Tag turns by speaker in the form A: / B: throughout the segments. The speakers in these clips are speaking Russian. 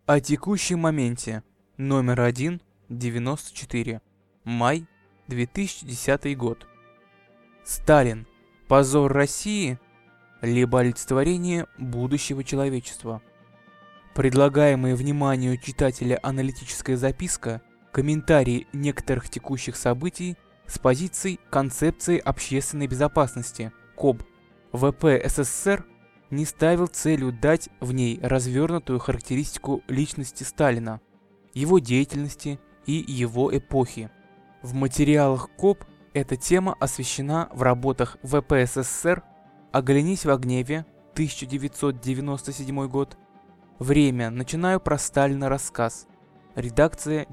A: О текущем моменте. Номер 1, 94. Май, 2010 год. Сталин. Позор России, либо олицетворение будущего человечества. Предлагаемая вниманию читателя аналитическая записка – комментарии некоторых текущих событий с позиций концепции общественной безопасности, КОБ. ВП СССР не ставил целью дать в ней развернутую характеристику личности Сталина, его деятельности и его эпохи. В материалах КОБ эта тема освещена в работах ВП СССР «Оглянись в гневе», 1997 год, «Время. Начинаю про Сталина рассказ», редакция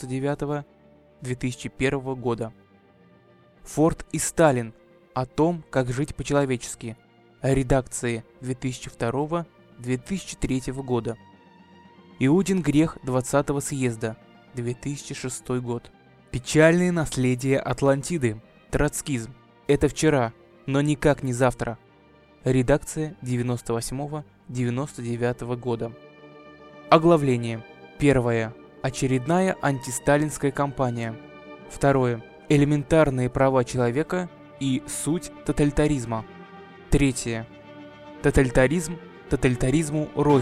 A: 99-2001 года. «Форд и Сталин. О том, как жить по-человечески», редакции 2002-2003 года. «Иудин грех 20-го съезда», 2006 год. «Печальное наследие Атлантиды. Троцкизм. Это вчера, но никак не завтра», редакция 98-99 года. Оглавление. 1. Очередная антисталинская кампания. 2. Элементарные права человека и суть тоталитаризма. 3. Тоталитаризм тоталитаризму рознь.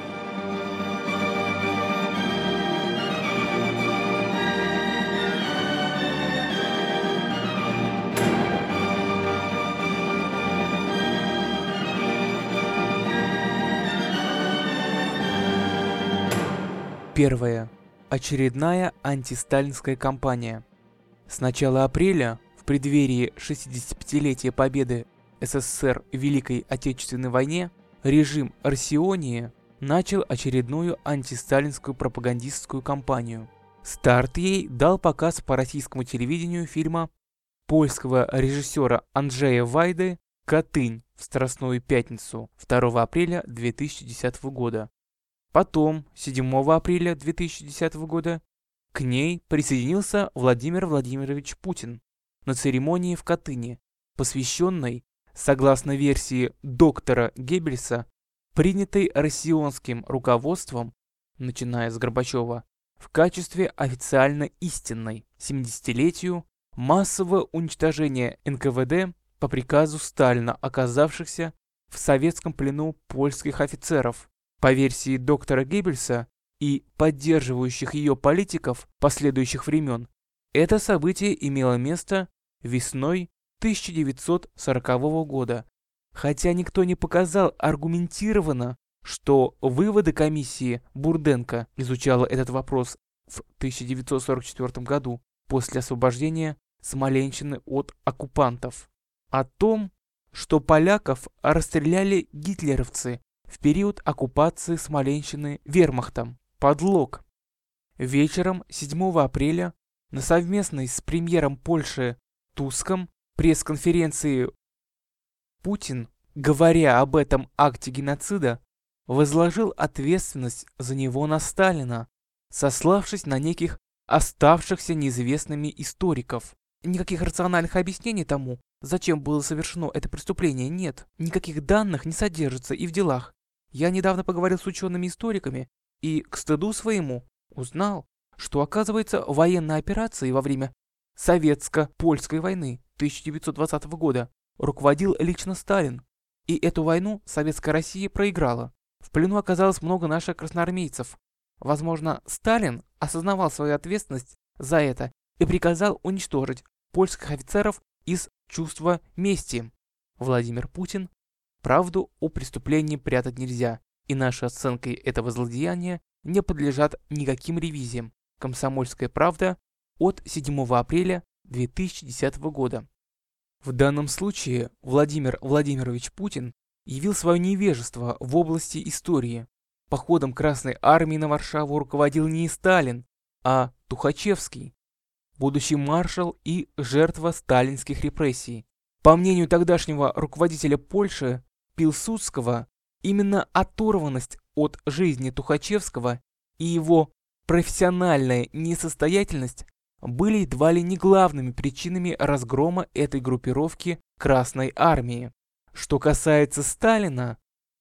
A: Первое. Очередная антисталинская кампания. С начала апреля, в преддверии 65-летия победы СССР в Великой Отечественной войне, режим Арсионии начал очередную антисталинскую пропагандистскую кампанию. Старт ей дал показ по российскому телевидению фильма польского режиссера Анджея Вайды «Катынь» в Страстную пятницу 2 апреля 2010 года. Потом, 7 апреля 2010 года, к ней присоединился Владимир Владимирович Путин на церемонии в Катыни, посвященной, согласно версии доктора Геббельса, принятой россионским руководством, начиная с Горбачева, в качестве официально истинной 70-летию массового уничтожения НКВД по приказу Сталина, оказавшихся в советском плену польских офицеров. По версии доктора Геббельса и поддерживающих ее политиков последующих времен, это событие имело место весной 1940 года, хотя никто не показал аргументированно, что выводы комиссии Бурденко изучала этот вопрос в 1944 году после освобождения Смоленщины от оккупантов. О том, что поляков расстреляли гитлеровцы в период оккупации Смоленщины вермахтом. Подлог. Вечером 7 апреля на совместной с премьером Польши Туском пресс-конференции Путин, говоря об этом акте геноцида, возложил ответственность за него на Сталина, сославшись на неких оставшихся неизвестными историков. Никаких рациональных объяснений тому, зачем было совершено это преступление, нет. Никаких данных не содержится и в делах. Я недавно поговорил с учеными-историками и, к стыду своему, узнал, что, оказывается, военной операцией во время Советско-Польской войны 1920 года руководил лично Сталин, и эту войну Советская Россия проиграла. В плену оказалось много наших красноармейцев. Возможно, Сталин осознавал свою ответственность за это и приказал уничтожить польских офицеров из чувства мести. Владимир Путин. Правду о преступлении прятать нельзя, и наши оценки этого злодеяния не подлежат никаким ревизиям. Комсомольская правда от 7 апреля 2010 года. В данном случае Владимир Владимирович Путин явил свое невежество в области истории. Походом Красной Армии на Варшаву руководил не Сталин, а Тухачевский, будущий маршал и жертва сталинских репрессий. По мнению тогдашнего руководителя Польши Пилсудского, именно оторванность от жизни Тухачевского и его профессиональная несостоятельность были едва ли не главными причинами разгрома этой группировки Красной Армии. Что касается Сталина,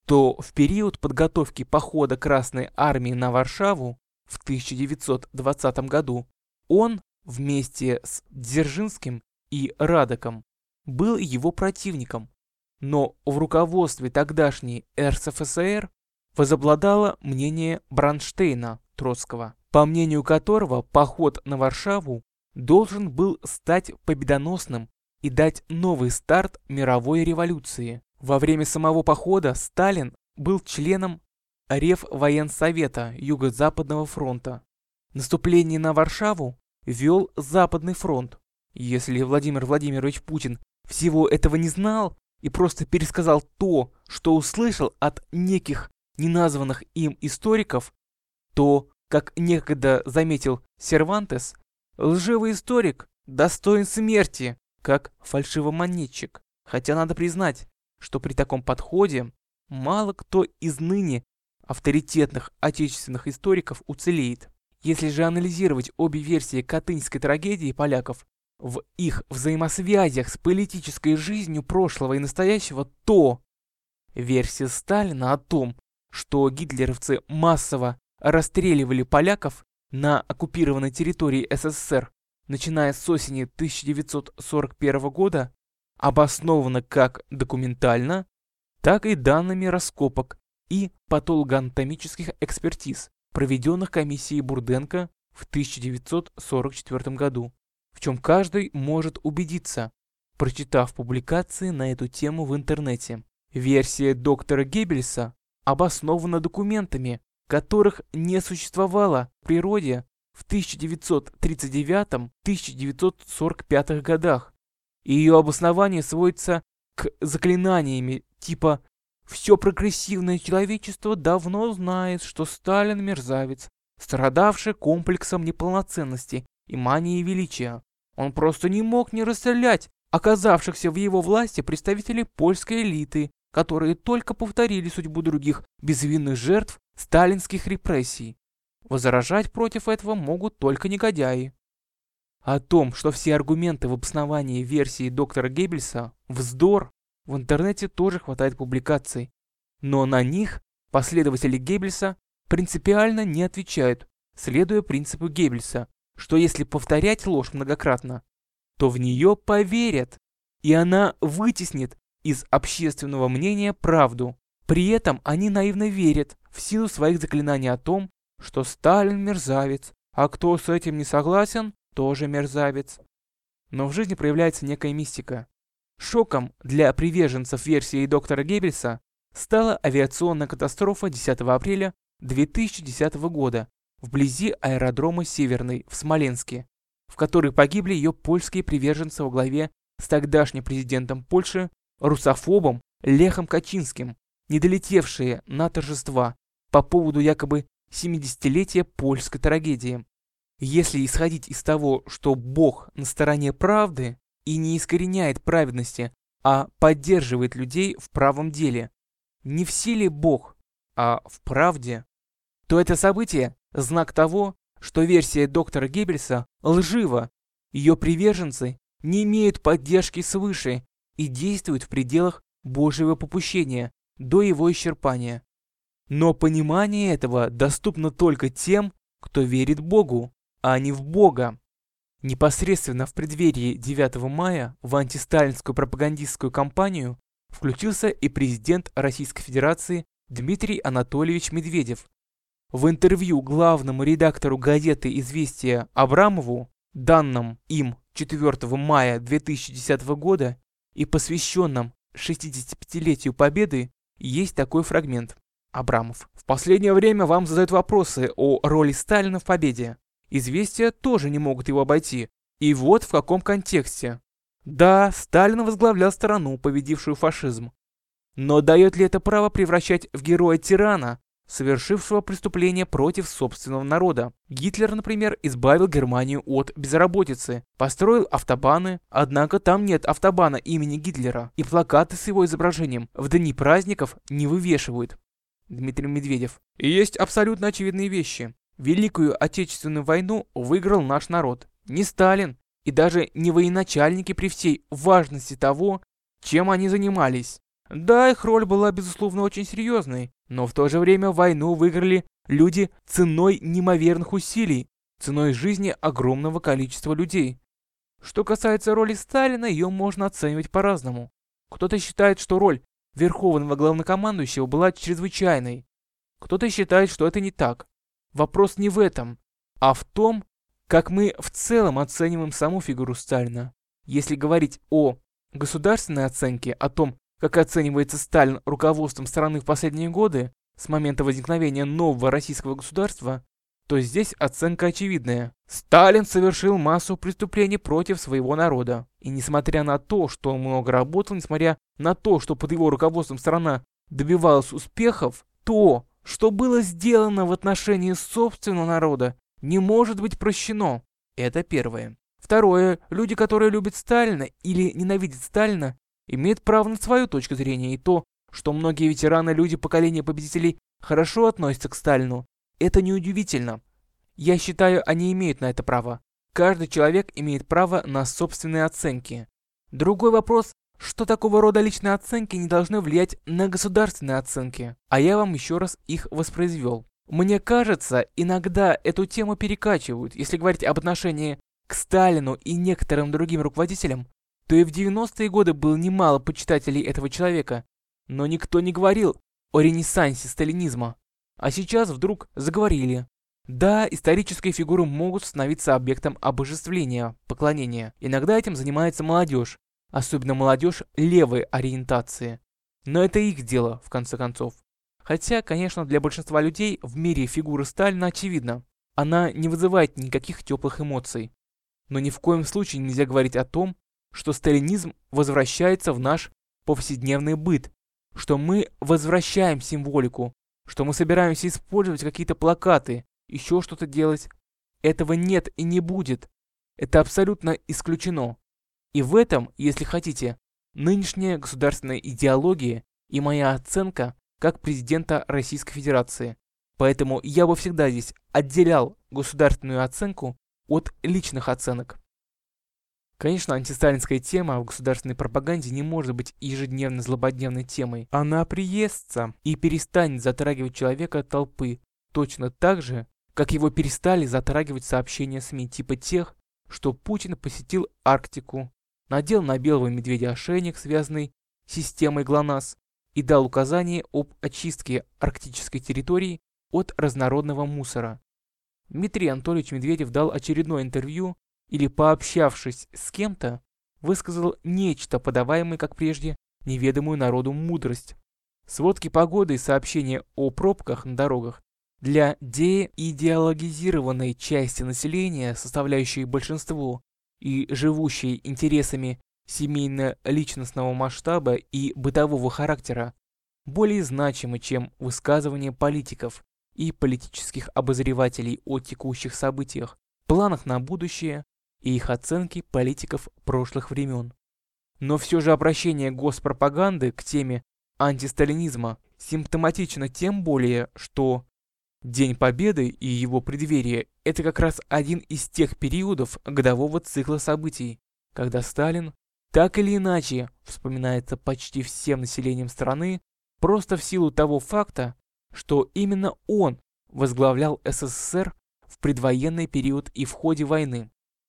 A: то в период подготовки похода Красной Армии на Варшаву в 1920 году он вместе с Дзержинским и Радеком был его противником, но в руководстве тогдашней РСФСР возобладало мнение Бронштейна Троцкого, по мнению которого поход на Варшаву должен был стать победоносным и дать новый старт мировой революции. Во время самого похода Сталин был членом Реввоенсовета Юго-Западного фронта. Наступление на Варшаву вел Западный фронт. Если Владимир Владимирович Путин всего этого не знал и просто пересказал то, что услышал от неких неназванных им историков, то, как некогда заметил Сервантес, лживый историк достоин смерти, как фальшивомонетчик. Хотя надо признать, что при таком подходе мало кто из ныне авторитетных отечественных историков уцелеет. Если же анализировать обе версии Катынской трагедии поляков в их взаимосвязях с политической жизнью прошлого и настоящего, то версия Сталина о том, что гитлеровцы массово расстреливали поляков на оккупированной территории СССР, начиная с осени 1941 года, обоснована как документально, так и данными раскопок и патологоанатомических экспертиз, проведенных комиссией Бурденко в 1944 году, в чем каждый может убедиться, прочитав публикации на эту тему в интернете. Версия доктора Геббельса обоснована документами, которых не существовало в природе в 1939-1945 годах, и ее обоснование сводится к заклинаниями типа «Все прогрессивное человечество давно знает, что Сталин мерзавец, страдавший комплексом неполноценности и манией величия. Он просто не мог не расстрелять оказавшихся в его власти представителей польской элиты, которые только повторили судьбу других безвинных жертв сталинских репрессий. Возражать против этого могут только негодяи». О том, что все аргументы в обосновании версии доктора Геббельса – вздор, в интернете тоже хватает публикаций, но на них последователи Геббельса принципиально не отвечают, следуя принципу Геббельса, что если повторять ложь многократно, то в нее поверят, и она вытеснит из общественного мнения правду. При этом они наивно верят в силу своих заклинаний о том, что Сталин мерзавец, а кто с этим не согласен, тоже мерзавец. Но в жизни проявляется некая мистика. Шоком для приверженцев версии доктора Геббельса стала авиационная катастрофа 10 апреля 2010 года вблизи аэродрома Северный в Смоленске, в которой погибли ее польские приверженцы во главе с тогдашним президентом Польши, русофобом Лехом Качинским, не долетевшие на торжества по поводу якобы 70-летия польской трагедии. Если исходить из того, что Бог на стороне правды и не искореняет праведности, а поддерживает людей в правом деле, не в силе Бог, а в правде, то это событие – знак того, что версия доктора Геббельса лжива, ее приверженцы не имеют поддержки свыше и действуют в пределах Божьего попущения до его исчерпания. Но понимание этого доступно только тем, кто верит Богу, а не в Бога. Непосредственно в преддверии 9 мая в антисталинскую пропагандистскую кампанию включился и президент Российской Федерации Дмитрий Анатольевич Медведев. В интервью главному редактору газеты «Известия» Абрамову, данном им 4 мая 2010 года и посвященном 65-летию Победы, есть такой фрагмент. Абрамов. В последнее время вам задают вопросы о роли Сталина в победе. Известия тоже не могут его обойти. И вот в каком контексте. Да, Сталин возглавлял страну, победившую фашизм. Но дает ли это право превращать в героя-тирана, совершившего преступление против собственного народа? Гитлер, например, избавил Германию от безработицы, построил автобаны, однако там нет автобана имени Гитлера, и плакаты с его изображением в дни праздников не вывешивают. Дмитрий Медведев. И есть абсолютно очевидные вещи. Великую Отечественную войну выиграл наш народ. Не Сталин и даже не военачальники при всей важности того, чем они занимались. Да, их роль была, безусловно, очень серьезной, но в то же время войну выиграли люди ценой неимоверных усилий, ценой жизни огромного количества людей. Что касается роли Сталина, ее можно оценивать по-разному. Кто-то считает, что роль верховного главнокомандующего была чрезвычайной. Кто-то считает, что это не так. Вопрос не в этом, а в том, как мы в целом оцениваем саму фигуру Сталина. Если говорить о государственной оценке, о том, как оценивается Сталин руководством страны в последние годы, с момента возникновения нового российского государства, то здесь оценка очевидная. Сталин совершил массу преступлений против своего народа. И несмотря на то, что он много работал, несмотря на то, что под его руководством страна добивалась успехов, то, что было сделано в отношении собственного народа, не может быть прощено. Это первое. Второе. Люди, которые любят Сталина или ненавидят Сталина, имеют право на свою точку зрения. И то, что многие ветераны, люди поколения победителей, хорошо относятся к Сталину, это неудивительно. Я считаю, они имеют на это право. Каждый человек имеет право на собственные оценки. Другой вопрос, что такого рода личные оценки не должны влиять на государственные оценки. А я вам еще раз их воспроизвел. Мне кажется, иногда эту тему перекачивают. Если говорить об отношении к Сталину и некоторым другим руководителям, то и в 90-е годы было немало почитателей этого человека. Но никто не говорил о ренессансе сталинизма. А сейчас вдруг заговорили. Да, исторические фигуры могут становиться объектом обожествления, поклонения. Иногда этим занимается молодежь, особенно молодежь левой ориентации. Но это их дело, в конце концов. Хотя, конечно, для большинства людей в мире фигура Сталина очевидна. Она не вызывает никаких теплых эмоций. Но ни в коем случае нельзя говорить о том, что сталинизм возвращается в наш повседневный быт, что мы возвращаем символику, что мы собираемся использовать какие-то плакаты, еще что-то делать. Этого нет и не будет. Это абсолютно исключено. И в этом, если хотите, нынешняя государственная идеология и моя оценка как президента Российской Федерации. Поэтому я бы всегда здесь отделял государственную оценку от личных оценок. Конечно, антисталинская тема в государственной пропаганде не может быть ежедневной злободневной темой. Она приестся и перестанет затрагивать человека от толпы, точно так же, как его перестали затрагивать сообщения СМИ типа тех, что Путин посетил Арктику, надел на белого медведя ошейник, связанный системой ГЛОНАСС, и дал указание об очистке арктической территории от разнородного мусора. Дмитрий Анатольевич Медведев дал очередное интервью или, пообщавшись с кем-то, высказал нечто, подаваемое, как прежде, неведомую народу мудрость. Сводки погоды и сообщения о пробках на дорогах для деидеологизированной части населения, составляющей большинство и живущей интересами семейно-личностного масштаба и бытового характера, более значимы, чем высказывания политиков и политических обозревателей о текущих событиях, планах на будущее и их оценки политиков прошлых времен. Но все же обращение госпропаганды к теме антисталинизма симптоматично тем более, что День Победы и его преддверие – это как раз один из тех периодов годового цикла событий, когда Сталин так или иначе вспоминается почти всем населением страны просто в силу того факта, что именно он возглавлял СССР в предвоенный период и в ходе войны.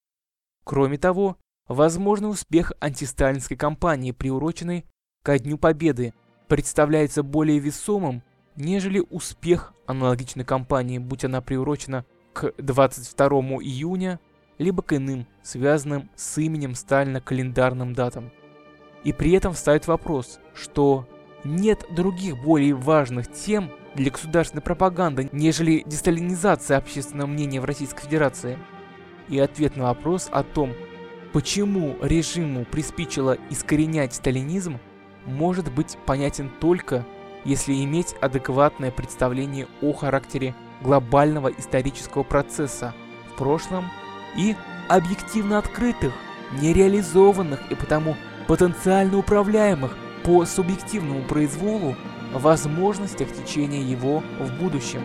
A: Кроме того, возможный успех антисталинской кампании, приуроченной ко Дню Победы, представляется более весомым, нежели успех аналогичной кампании, будь она приурочена к 22 июня, либо к иным, связанным с именем Сталина календарным датам. И при этом встает вопрос, что нет других более важных тем для государственной пропаганды, нежели десталинизация общественного мнения в Российской Федерации. И ответ на вопрос о том, почему режиму приспичило искоренять сталинизм, может быть понятен только если иметь адекватное представление о характере глобального исторического процесса в прошлом и объективно открытых, нереализованных и потому потенциально управляемых по субъективному произволу возможностях течения его в будущем.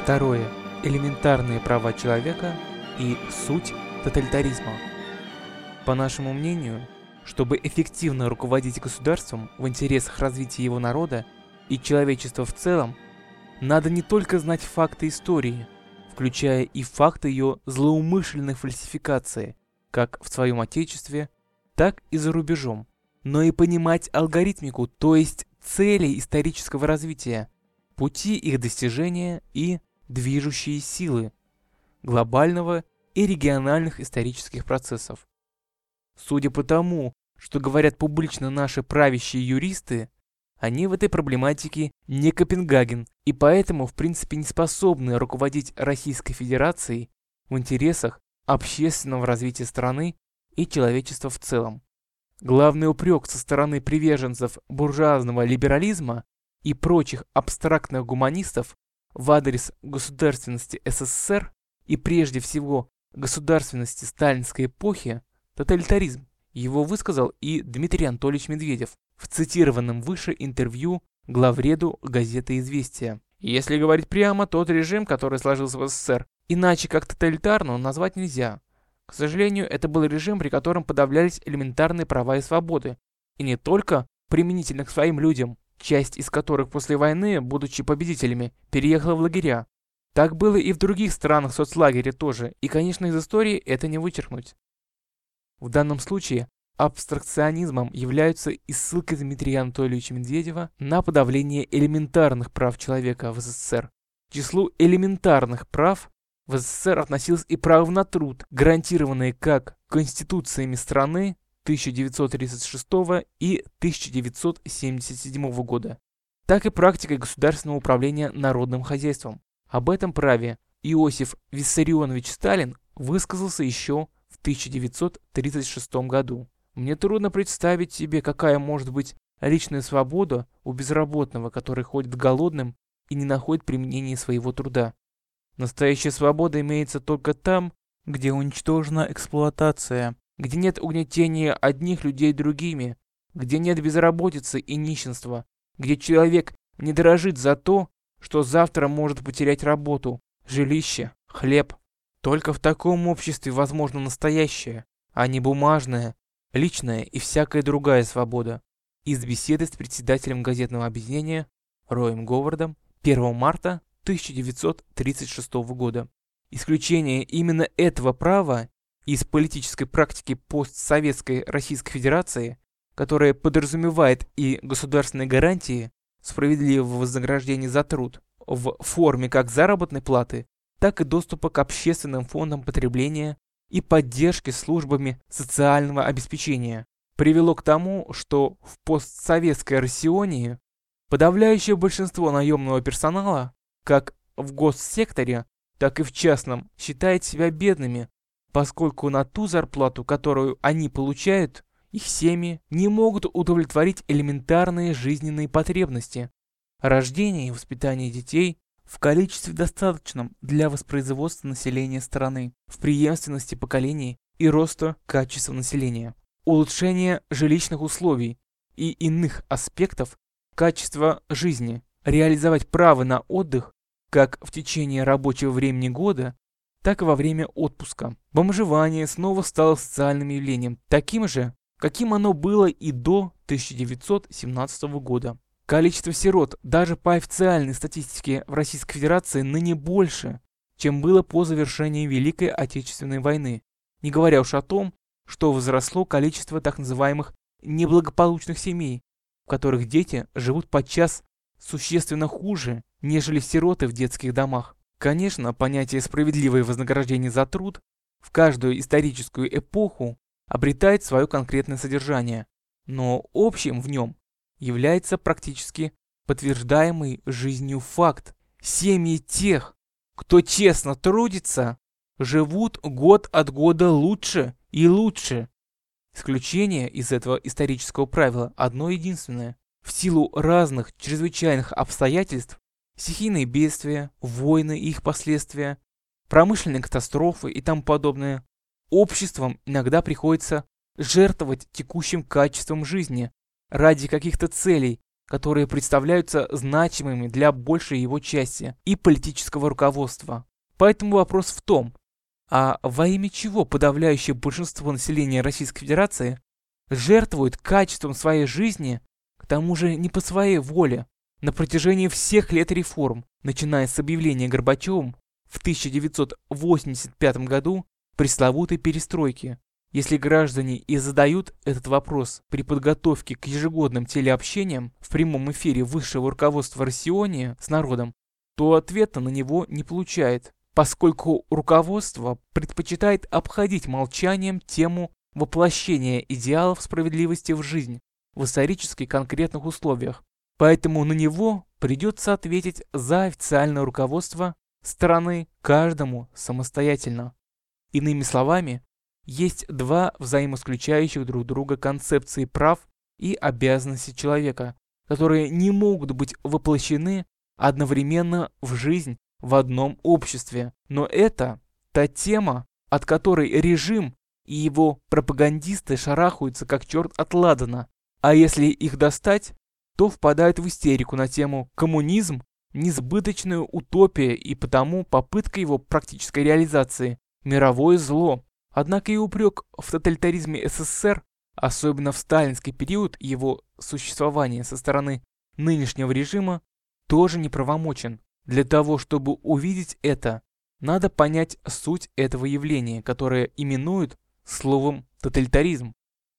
A: Второе. Элементарные права человека и суть тоталитаризма. По нашему мнению, чтобы эффективно руководить государством в интересах развития его народа и человечества в целом, надо не только знать факты истории, включая и факты ее злоумышленной фальсификации, как в своем отечестве, так и за рубежом, но и понимать алгоритмику, то есть цели исторического развития, пути их достижения и движущие силы глобального и региональных исторических процессов. Судя по тому, что говорят публично наши правящие юристы, они в этой проблематике не Копенгаген и поэтому в принципе не способны руководить Российской Федерацией в интересах общественного развития страны и человечества в целом. Главный упрек со стороны приверженцев буржуазного либерализма и прочих абстрактных гуманистов в адрес государственности СССР и прежде всего государственности сталинской эпохи – тоталитаризм. Его высказал и Дмитрий Анатольевич Медведев в цитированном выше интервью главреду газеты «Известия». Если говорить прямо, тот режим, который сложился в СССР, иначе как тоталитарным назвать нельзя. К сожалению, это был режим, при котором подавлялись элементарные права и свободы. И не только применительно к своим людям, часть из которых после войны, будучи победителями, переехала в лагеря. Так было и в других странах соцлагеря тоже, и, конечно, из истории это не вычеркнуть. В данном случае абстракционизмом являются и ссылки Дмитрия Анатольевича Медведева на подавление элементарных прав человека в СССР. К числу элементарных прав в СССР относилось и право на труд, гарантированное как конституциями страны 1936 и 1977 года, так и практикой государственного управления народным хозяйством. Об этом праве Иосиф Виссарионович Сталин высказался еще в 1936 году. Мне трудно представить себе, какая может быть личная свобода у безработного, который ходит голодным и не находит применения своего труда. Настоящая свобода имеется только там, где уничтожена эксплуатация, где нет угнетения одних людей другими, где нет безработицы и нищенства, где человек не дорожит за то, что завтра может потерять работу, жилище, хлеб. Только в таком обществе возможно настоящее, а не бумажная, личная и всякая другая свобода. Из беседы с председателем газетного объединения Роем Говардом 1 марта 1936 года. Исключение именно этого права из политической практики постсоветской Российской Федерации, которая подразумевает и государственные гарантии справедливого вознаграждения за труд в форме как заработной платы, так и доступа к общественным фондам потребления и поддержки службами социального обеспечения, привело к тому, что в постсоветской Россионии подавляющее большинство наемного персонала, как в госсекторе, так и в частном, считает себя бедными, поскольку на ту зарплату, которую они получают, их семьи не могут удовлетворить элементарные жизненные потребности – рождение и воспитание детей в количестве достаточном для воспроизводства населения страны, в преемственности поколений и роста качества населения, улучшение жилищных условий и иных аспектов качества жизни, реализовать право на отдых как в течение рабочего времени года, так и во время отпуска. Бомжевание снова стало социальным явлением, таким же, каким оно было и до 1917 года. Количество сирот даже по официальной статистике в Российской Федерации ныне больше, чем было по завершении Великой Отечественной войны, не говоря уж о том, что возросло количество так называемых неблагополучных семей, в которых дети живут подчас существенно хуже, нежели сироты в детских домах. Конечно, понятие «справедливое вознаграждение за труд» в каждую историческую эпоху обретает свое конкретное содержание, но общим в нем является практически подтверждаемый жизнью факт. Семьи тех, кто честно трудится, живут год от года лучше и лучше. Исключение из этого исторического правила одно единственное. В силу разных чрезвычайных обстоятельств, стихийные бедствия, войны и их последствия, промышленные катастрофы и тому подобное, обществам иногда приходится жертвовать текущим качеством жизни ради каких-то целей, которые представляются значимыми для большей его части и политического руководства. Поэтому вопрос в том, а во имя чего подавляющее большинство населения Российской Федерации жертвует качеством своей жизни, к тому же не по своей воле, на протяжении всех лет реформ, начиная с объявления Горбачевым в 1985 году пресловутой перестройки. Если граждане и задают этот вопрос при подготовке к ежегодным телеобщениям в прямом эфире высшего руководства Россиони с народом, то ответа на него не получает, поскольку руководство предпочитает обходить молчанием тему воплощения идеалов справедливости в жизнь в исторически конкретных условиях. Поэтому на него придется ответить за официальное руководство страны каждому самостоятельно. Иными словами, есть два взаимоисключающих друг друга концепции прав и обязанностей человека, которые не могут быть воплощены одновременно в жизнь в одном обществе. Но это та тема, от которой режим и его пропагандисты шарахаются как черт от ладана. А если их достать, то впадают в истерику на тему «коммунизм» – несбыточная утопия и потому попытка его практической реализации – мировое зло. Однако и упрек в тоталитаризме СССР, особенно в сталинский период его существования со стороны нынешнего режима, тоже неправомочен. Для того, чтобы увидеть это, надо понять суть этого явления, которое именуют словом «тоталитаризм».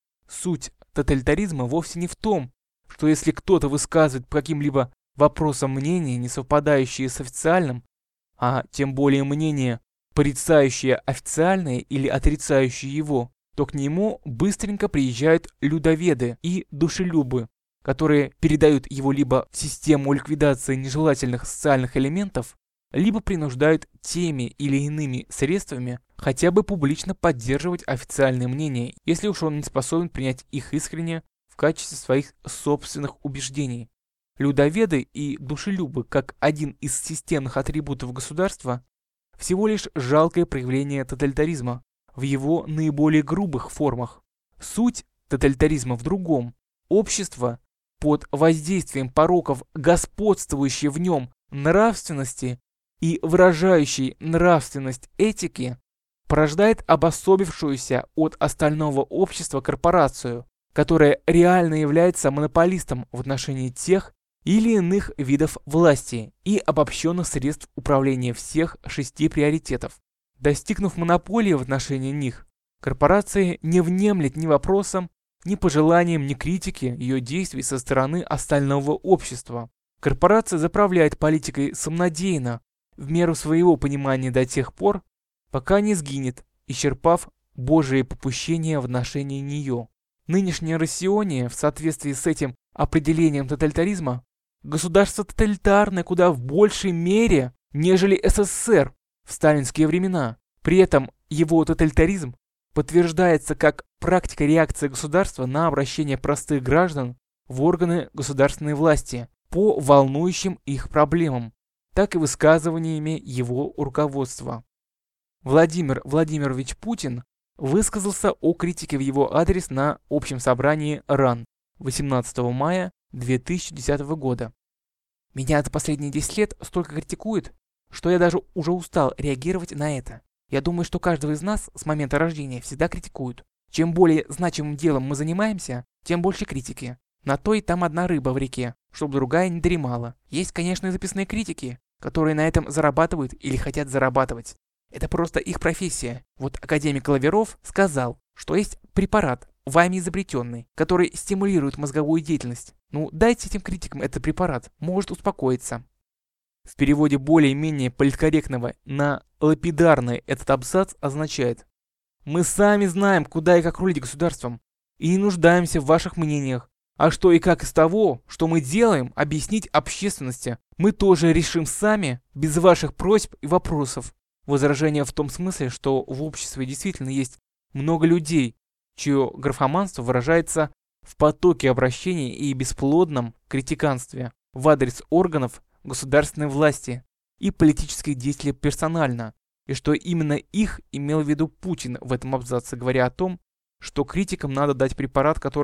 A: Суть тоталитаризма вовсе не в том, что если кто-то высказывает по каким-либо вопросам мнения, не совпадающие с официальным, а тем более мнение, порицающее официальное или отрицающее его, то к нему быстренько приезжают людоведы и душелюбы, которые передают его либо в систему ликвидации нежелательных социальных элементов, либо принуждают теми или иными средствами хотя бы публично поддерживать официальное мнение, если уж он не способен принять их искренне в качестве своих собственных убеждений. Людоведы и душелюбы, как один из системных атрибутов государства, всего лишь жалкое проявление тоталитаризма в его наиболее грубых формах. Суть тоталитаризма в другом. Общество, под воздействием пороков господствующей в нем нравственности и выражающей нравственность этики, порождает обособившуюся от остального общества корпорацию, которая реально является монополистом в отношении тех или иных видов власти и обобщенных средств управления всех 6 приоритетов. Достигнув монополии в отношении них, корпорация не внемлет ни вопросам, ни пожеланиям, ни критике ее действий со стороны остального общества. Корпорация заправляет политикой самонадеянно, в меру своего понимания до тех пор, пока не сгинет, исчерпав Божие попущение в отношении нее. Нынешняя Россиония, в соответствии с этим определением тоталитаризма, государство тоталитарное куда в большей мере, нежели СССР в сталинские времена. При этом его тоталитаризм подтверждается как практика реакции государства на обращение простых граждан в органы государственной власти по волнующим их проблемам, так и высказываниями его руководства. Владимир Владимирович Путин высказался о критике в его адрес на общем собрании РАН 18 мая 2010 года. «Меня за последние 10 лет столько критикуют, что я даже уже устал реагировать на это. Я думаю, что каждого из нас с момента рождения всегда критикуют. Чем более значимым делом мы занимаемся, тем больше критики. На то и там одна рыба в реке, чтобы другая не дремала. Есть, конечно, и записные критики, которые на этом зарабатывают или хотят зарабатывать. Это просто их профессия. Вот академик Лаверов сказал, что есть препарат, вами изобретенный, который стимулирует мозговую деятельность. Ну, дайте этим критикам этот препарат, может успокоиться». В переводе более-менее политкорректного на лапидарный этот абзац означает: «Мы сами знаем, куда и как рулить государством, и не нуждаемся в ваших мнениях. А что и как из того, что мы делаем, объяснить общественности, мы тоже решим сами, без ваших просьб и вопросов». Возражение в том смысле, что в обществе действительно есть много людей, чье графоманство выражается в потоке обращений и бесплодном критиканстве в адрес органов государственной власти и политических деятелей персонально, и что именно их имел в виду Путин в этом абзаце, говоря о том, что критикам надо дать препарат, который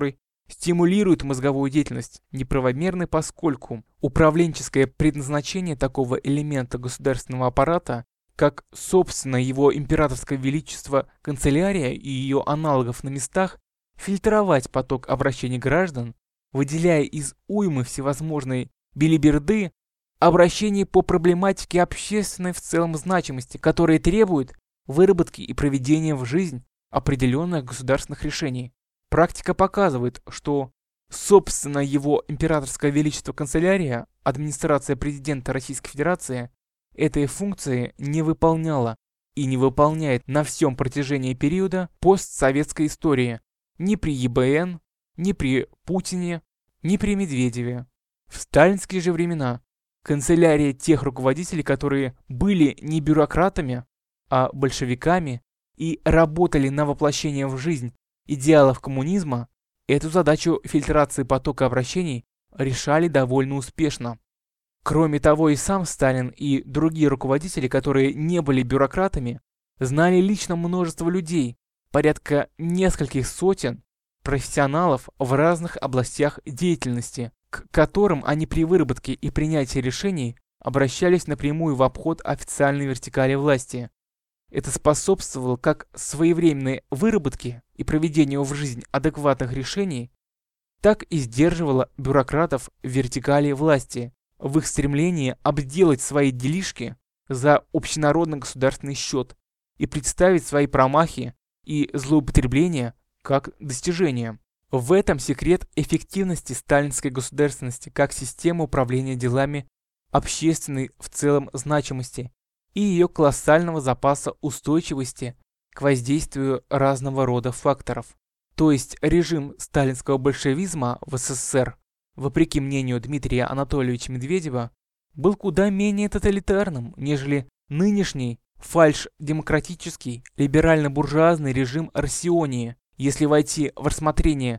A: стимулирует мозговую деятельность неправомерно, поскольку управленческое предназначение такого элемента государственного аппарата, как, собственно, его императорское величество канцелярия и ее аналогов на местах, фильтровать поток обращений граждан, выделяя из уймы всевозможной белиберды обращения по проблематике общественной в целом значимости, которые требуют выработки и проведения в жизнь определенных государственных решений. Практика показывает, что, собственно, его императорское величество канцелярия, администрация президента Российской Федерации, этой функции не выполняла и не выполняет на всем протяжении периода постсоветской истории ни при ЕБН, ни при Путине, ни при Медведеве. В сталинские же времена канцелярия тех руководителей, которые были не бюрократами, а большевиками и работали на воплощение в жизнь идеалов коммунизма, эту задачу фильтрации потока обращений решали довольно успешно. Кроме того, и сам Сталин, и другие руководители, которые не были бюрократами, знали лично множество людей, порядка нескольких сотен профессионалов в разных областях деятельности, к которым они при выработке и принятии решений обращались напрямую в обход официальной вертикали власти. Это способствовало как своевременной выработке и проведению в жизнь адекватных решений, так и сдерживало бюрократов в вертикали власти в их стремлении обделать свои делишки за общенародно-государственный счет и представить свои промахи и злоупотребления как достижения. В этом секрет эффективности сталинской государственности как системы управления делами общественной в целом значимости и ее колоссального запаса устойчивости к воздействию разного рода факторов. То есть режим сталинского большевизма в СССР, вопреки мнению Дмитрия Анатольевича Медведева, был куда менее тоталитарным, нежели нынешний фальш-демократический либерально-буржуазный режим Россионии. Если войти в рассмотрение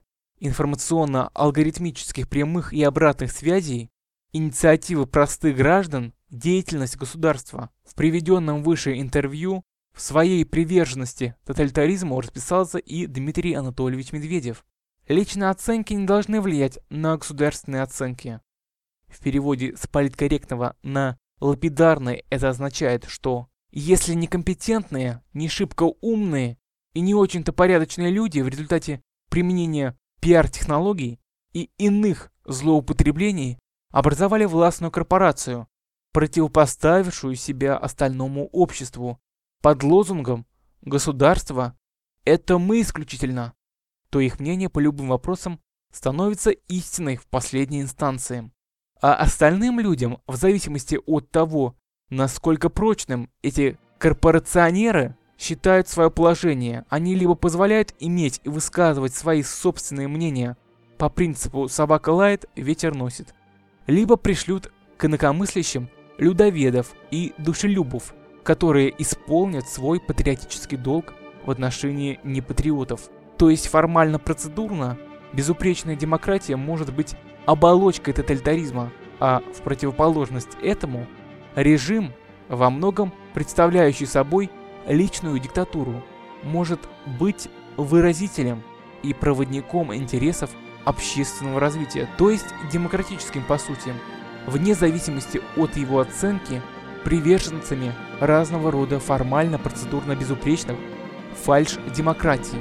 A: информационно-алгоритмических прямых и обратных связей, инициативы простых граждан, деятельность государства, в приведенном выше интервью в своей приверженности тоталитаризму расписался и Дмитрий Анатольевич Медведев. Личные оценки не должны влиять на государственные оценки. В переводе с политкорректного на лапидарный это означает, что если некомпетентные, не шибко умные и не очень-то порядочные люди в результате применения пиар-технологий и иных злоупотреблений образовали властную корпорацию, противопоставившую себя остальному обществу под лозунгом «Государство – это мы исключительно», то их мнение по любым вопросам становится истиной в последней инстанции. А остальным людям, в зависимости от того, насколько прочным эти корпорационеры считают свое положение, они либо позволяют иметь и высказывать свои собственные мнения по принципу «собака лает, ветер носит», либо пришлют к инакомыслящим людоведов и душелюбов, которые исполнят свой патриотический долг в отношении непатриотов. То есть формально-процедурно безупречная демократия может быть оболочкой тоталитаризма, а в противоположность этому режим, во многом представляющий собой личную диктатуру, может быть выразителем и проводником интересов общественного развития, то есть демократическим по сути, вне зависимости от его оценки приверженцами разного рода формально-процедурно безупречных фальш-демократий.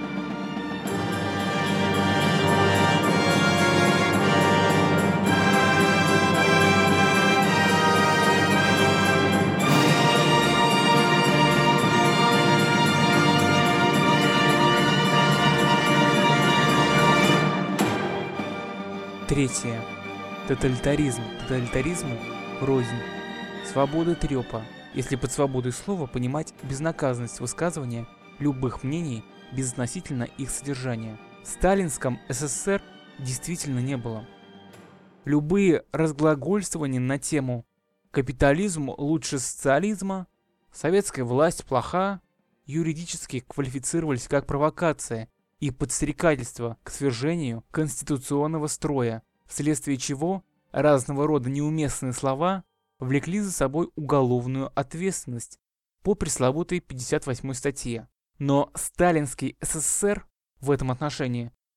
A: Третье. Тоталитаризм. Тоталитаризму рознь. Свобода трёпа. Если под свободой слова понимать безнаказанность высказывания любых мнений безотносительно их содержания. В сталинском СССР действительно не было. Любые разглагольствования на тему «капитализм лучше социализма», «советская власть плоха» юридически квалифицировались как провокация и подстрекательство к свержению конституционного строя, вследствие чего разного рода неуместные слова влекли за собой уголовную ответственность по пресловутой 58 статье. Но сталинский СССР в этом отношении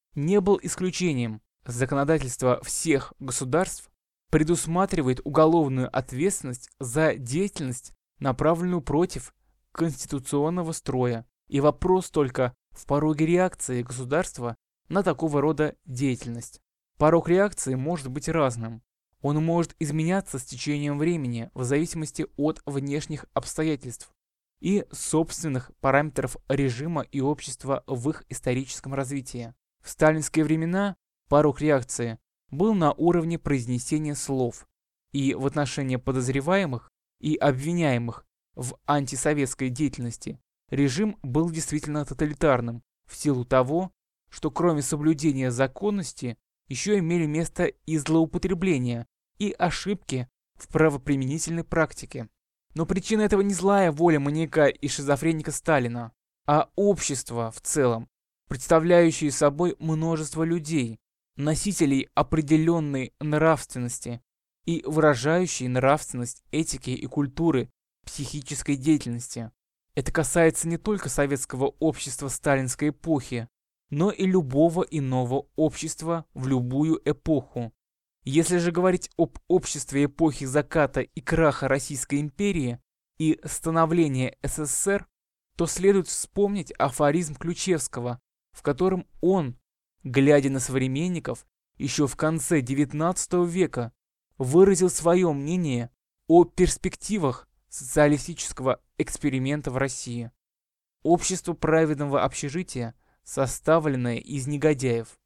A: не был исключением. Законодательство всех государств предусматривает уголовную ответственность за деятельность, направленную против конституционного строя, и вопрос только в пороге реакции государства на такого рода деятельность. Порог реакции может быть разным. Он может изменяться с течением времени в зависимости от внешних обстоятельств и собственных параметров режима и общества в их историческом развитии. В сталинские времена порог реакции был на уровне произнесения слов, и в отношении подозреваемых и обвиняемых в антисоветской деятельности режим был действительно тоталитарным в силу того, что кроме соблюдения законности еще имели место и злоупотребления, и ошибки в правоприменительной практике. Но причина этого не злая воля маньяка и шизофреника Сталина, а общество в целом, представляющее собой множество людей, носителей определенной нравственности и выражающие нравственность этики и культуры психической деятельности. Это касается не только советского общества сталинской эпохи, но и любого иного общества в любую эпоху. Если же говорить об обществе эпохи заката и краха Российской империи и становления СССР, то следует вспомнить афоризм Ключевского, в котором он, глядя на современников, еще в конце XIX века выразил свое мнение о перспективах социалистического эксперимента в России. Общество праведного общежития, составленное из негодяев.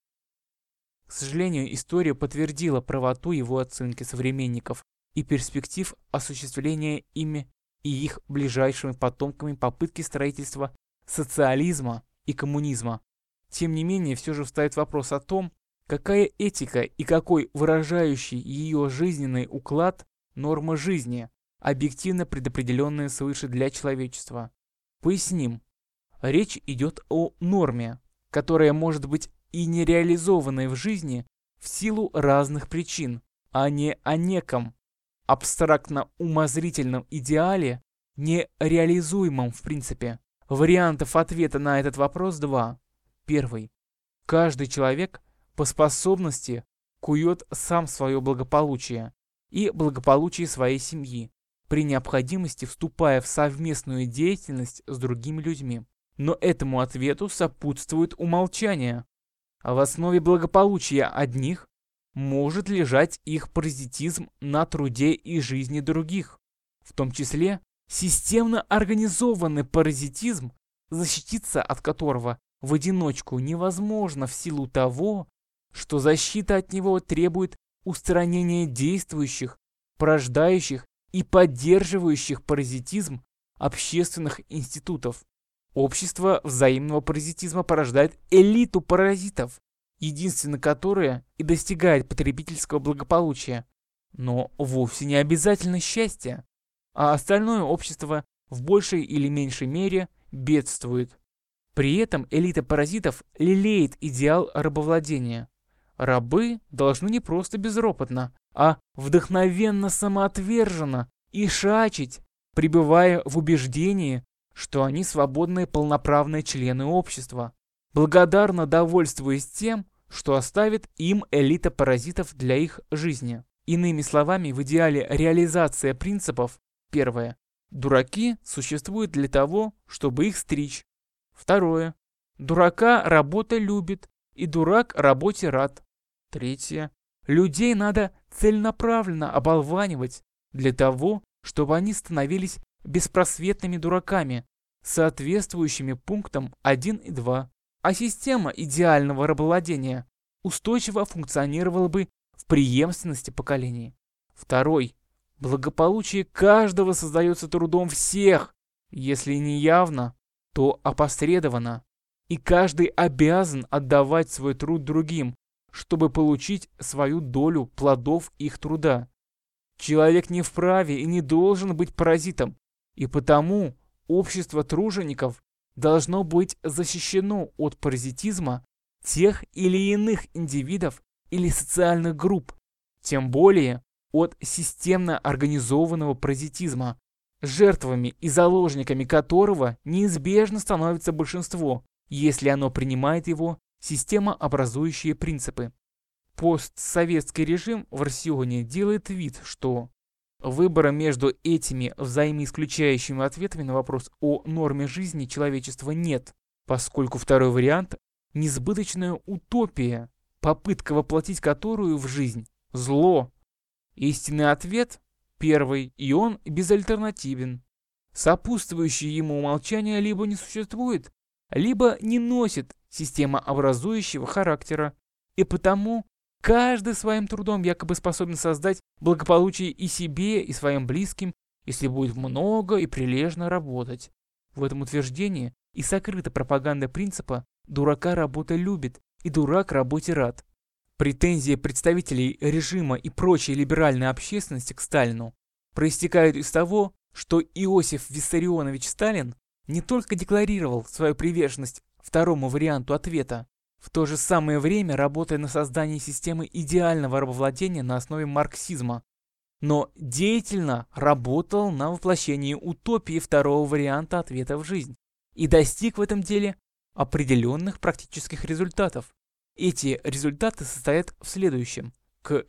A: К сожалению, история подтвердила правоту его оценки современников и перспектив осуществления ими и их ближайшими потомками попытки строительства социализма и коммунизма. Тем не менее, все же встает вопрос о том, какая этика и какой выражающий ее жизненный уклад норма жизни, объективно предопределенная свыше для человечества. Поясним. Речь идет о норме, которая может быть и не реализованной в жизни в силу разных причин, а не о неком абстрактно-умозрительном идеале, нереализуемом в принципе. Вариантов ответа на этот вопрос два. Первый. Каждый человек по способности кует сам свое благополучие и благополучие своей семьи, при необходимости вступая в совместную деятельность с другими людьми. Но этому ответу сопутствует умолчание. А в основе благополучия одних может лежать их паразитизм на труде и жизни других, в том числе системно организованный паразитизм, защититься от которого в одиночку невозможно в силу того, что защита от него требует устранения действующих, порождающих и поддерживающих паразитизм общественных институтов. Общество взаимного паразитизма порождает элиту паразитов, единственно которая и достигает потребительского благополучия, но вовсе не обязательно счастья, а остальное общество в большей или меньшей мере бедствует. При этом элита паразитов лелеет идеал рабовладения. Рабы должны не просто безропотно, а вдохновенно самоотверженно ишачить, пребывая в убеждении, что они свободные полноправные члены общества, благодарно довольствуясь тем, что оставит им элита паразитов для их жизни. Иными словами, в идеале реализация принципов: первое. Дураки существуют для того, чтобы их стричь. Второе. Дурака работа любит, и дурак работе рад. Третье. Людей надо целенаправленно оболванивать для того, чтобы они становились беспросветными дураками, соответствующими пунктам 1 и 2. А система идеального рабовладения устойчиво функционировала бы в преемственности поколений. Второй. Благополучие каждого создается трудом всех, если не явно, то опосредованно. И каждый обязан отдавать свой труд другим, чтобы получить свою долю плодов их труда. Человек не вправе и не должен быть паразитом, и потому общество тружеников должно быть защищено от паразитизма тех или иных индивидов или социальных групп, тем более от системно организованного паразитизма, жертвами и заложниками которого неизбежно становится большинство, если оно принимает его системообразующие принципы. Постсоветский режим в Россионе делает вид, что выбора между этими взаимоисключающими ответами на вопрос о норме жизни человечества нет, поскольку второй вариант – несбыточная утопия, попытка воплотить которую в жизнь – зло. Истинный ответ – первый, и он безальтернативен. Сопутствующее ему умолчание либо не существует, либо не носит системообразующего характера, и потому каждый своим трудом якобы способен создать благополучие и себе, и своим близким, если будет много и прилежно работать. В этом утверждении и сокрыта пропаганда принципа «дурака работа любит» и «дурак работе рад». Претензии представителей режима и прочей либеральной общественности к Сталину проистекают из того, что Иосиф Виссарионович Сталин не только декларировал свою приверженность второму варианту ответа, в то же самое время работая на создании системы идеального рабовладения на основе марксизма, но деятельно работал на воплощении утопии второго варианта ответа в жизнь и достиг в этом деле определенных практических результатов. Эти результаты состоят в следующем. К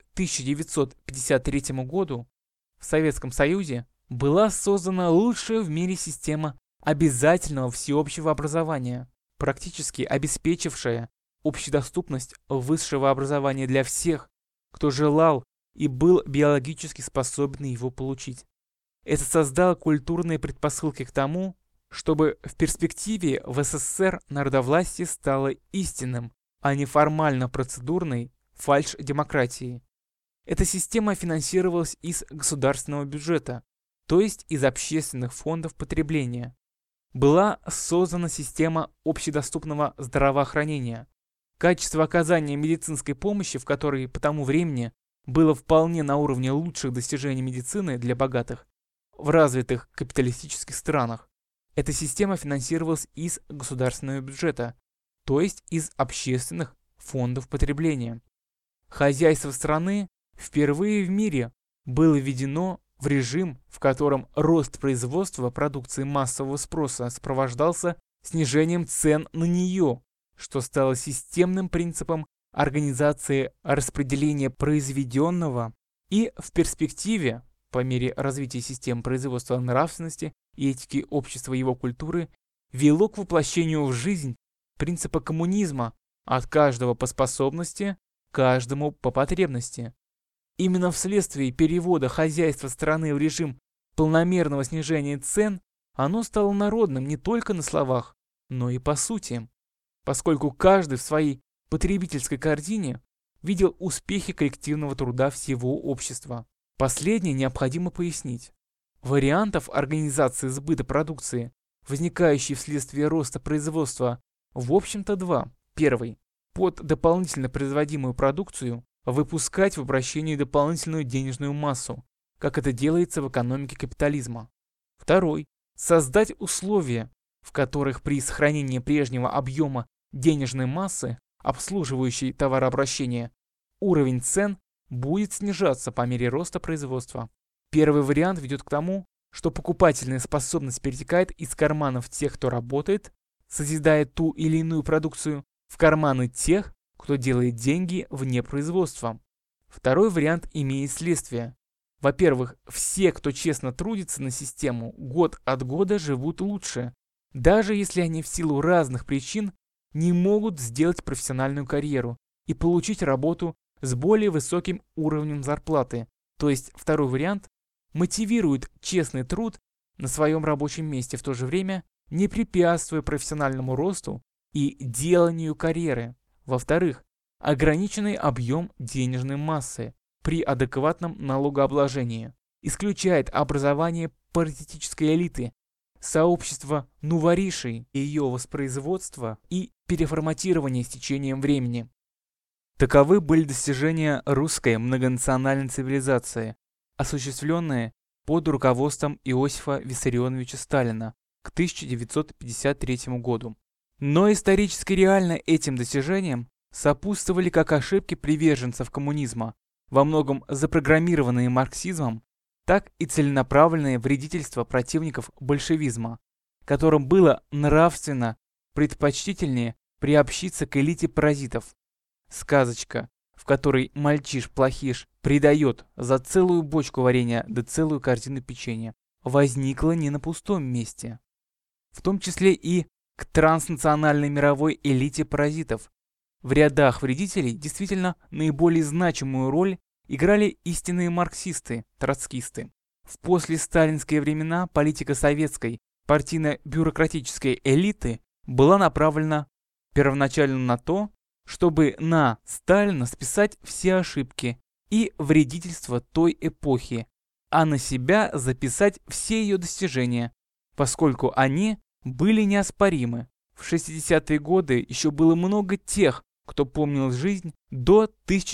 A: 1953 году в Советском Союзе была создана лучшая в мире система обязательного всеобщего образования, практически обеспечившая общедоступность высшего образования для всех, кто желал и был биологически способен его получить. Это создало культурные предпосылки к тому, чтобы в перспективе в СССР народовластие стало истинным, а не формально-процедурной фальш-демократией. Эта система финансировалась из государственного бюджета, то есть из общественных фондов потребления. Была создана система общедоступного здравоохранения, качество оказания медицинской помощи, в которой по тому времени было вполне на уровне лучших достижений медицины для богатых в развитых капиталистических странах. Эта система финансировалась из государственного бюджета, то есть из общественных фондов потребления. Хозяйство страны впервые в мире было введено в режим, в котором рост производства продукции массового спроса сопровождался снижением цен на нее, что стало системным принципом организации распределения произведенного и в перспективе, по мере развития систем производства нравственности и этики общества и его культуры, вело к воплощению в жизнь принципа коммунизма от каждого по способности, каждому по потребности. Именно вследствие перевода хозяйства страны в режим полномерного снижения цен оно стало народным не только на словах, но и по сути, поскольку каждый в своей потребительской корзине видел успехи коллективного труда всего общества. Последнее необходимо пояснить. Вариантов организации сбыта продукции, возникающей вследствие роста производства, в общем-то два. Первый. Под дополнительно производимую продукцию выпускать в обращение дополнительную денежную массу, как это делается в экономике капитализма. Второй. Создать условия, в которых при сохранении прежнего объема денежной массы, обслуживающей товарообращение, уровень цен будет снижаться по мере роста производства. Первый вариант ведет к тому, что покупательная способность перетекает из карманов тех, кто работает, созидая ту или иную продукцию, в карманы тех, кто делает деньги вне производства. Второй вариант имеет следствие. Во-первых, все, кто честно трудится на систему, год от года живут лучше, даже если они в силу разных причин не могут сделать профессиональную карьеру и получить работу с более высоким уровнем зарплаты. То есть второй вариант мотивирует честный труд на своем рабочем месте, в то же время не препятствуя профессиональному росту и деланию карьеры. Во-вторых, ограниченный объем денежной массы при адекватном налогообложении исключает образование паразитической элиты, сообщества нуворишей и ее воспроизводство и переформатирование с течением времени. Таковы были достижения русской многонациональной цивилизации, осуществленные под руководством Иосифа Виссарионовича Сталина к 1953 году. Но исторически реально этим достижениям сопутствовали как ошибки приверженцев коммунизма, во многом запрограммированные марксизмом, так и целенаправленное вредительство противников большевизма, которым было нравственно предпочтительнее приобщиться к элите паразитов. Сказочка, в которой мальчиш-плохиш придает за целую бочку варенья да целую корзину печенья, возникла не на пустом месте. В том числе и к транснациональной мировой элите паразитов. В рядах вредителей действительно наиболее значимую роль играли истинные марксисты, троцкисты. В послесталинские времена политика советской партийно-бюрократической элиты была направлена первоначально на то, чтобы на Сталина списать все ошибки и вредительства той эпохи, а на себя записать все ее достижения, поскольку они были неоспоримы. В 60-е годы еще было много тех, кто помнил жизнь до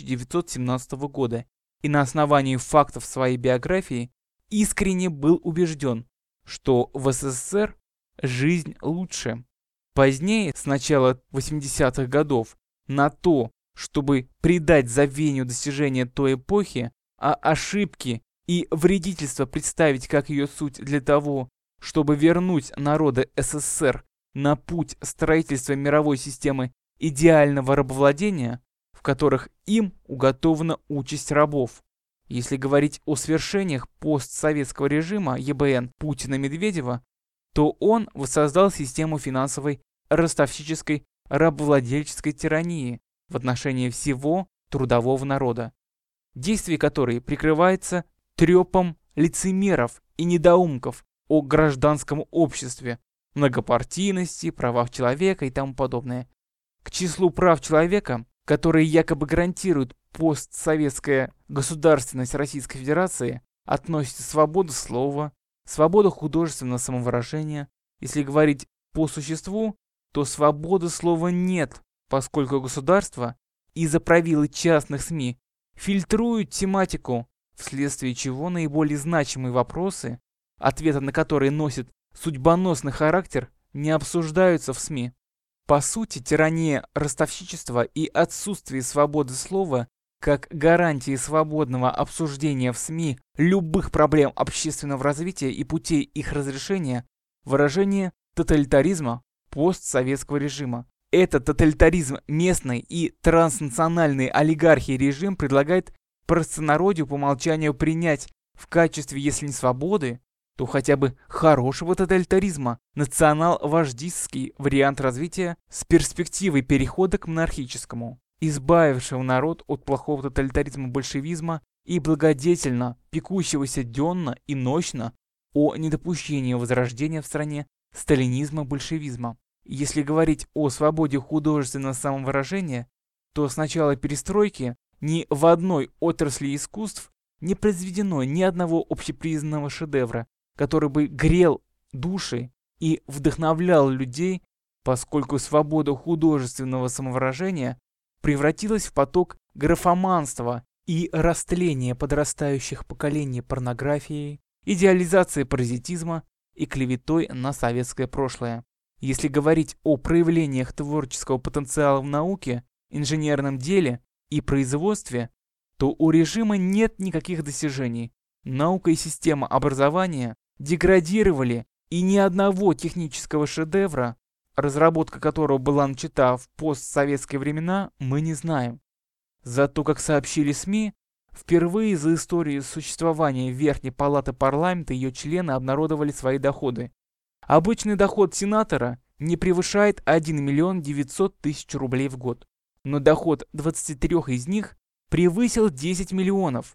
A: 1917 года и на основании фактов своей биографии искренне был убежден, что в СССР жизнь лучше. Позднее, с начала 80-х годов, на то, чтобы придать забвению достижения той эпохи, а ошибки и вредительство представить как ее суть для того, чтобы вернуть народы СССР на путь строительства мировой системы идеального рабовладения, в которых им уготована участь рабов. Если говорить о свершениях постсоветского режима ЕБН Путина-Медведева, то он воссоздал систему финансовой ростовщической рабовладельческой тирании в отношении всего трудового народа, действие которой прикрывается трепом лицемеров и недоумков о гражданском обществе, многопартийности, правах человека и тому подобное. К числу прав человека, которые якобы гарантируют постсоветская государственность Российской Федерации, относится свобода слова, свобода художественного самовыражения. Если говорить по существу, то свободы слова нет, поскольку государство из-за правил частных СМИ фильтрует тематику, вследствие чего наиболее значимые вопросы, ответы на которые носят судьбоносный характер, не обсуждаются в СМИ. По сути, тирания ростовщичества и отсутствие свободы слова как гарантии свободного обсуждения в СМИ любых проблем общественного развития и путей их разрешения – выражение тоталитаризма постсоветского режима. Этот тоталитаризм местной и транснациональной олигархии режим предлагает простонародью по умолчанию принять в качестве, если не свободы, то хотя бы хорошего тоталитаризма, национал-вождистский вариант развития с перспективой перехода к монархическому, избавившего народ от плохого тоталитаризма большевизма и благодетельно пекущегося денно и нощно о недопущении возрождения в стране сталинизма-большевизма. Если говорить о свободе художественного самовыражения, то с начала перестройки ни в одной отрасли искусств не произведено ни одного общепризнанного шедевра, который бы грел души и вдохновлял людей, поскольку свобода художественного самовыражения превратилась в поток графоманства и растления подрастающих поколений порнографией, идеализацией паразитизма и клеветой на советское прошлое. Если говорить о проявлениях творческого потенциала в науке, инженерном деле и производстве, то у режима нет никаких достижений. Наука и система образования деградировали, и ни одного технического шедевра, разработка которого была начата в постсоветские времена, мы не знаем. Зато, как сообщили СМИ, впервые за историю существования Верхней Палаты парламента ее члены обнародовали свои доходы. Обычный доход сенатора не превышает 1 миллион 900 тысяч рублей в год, но доход 23 из них превысил 10 миллионов,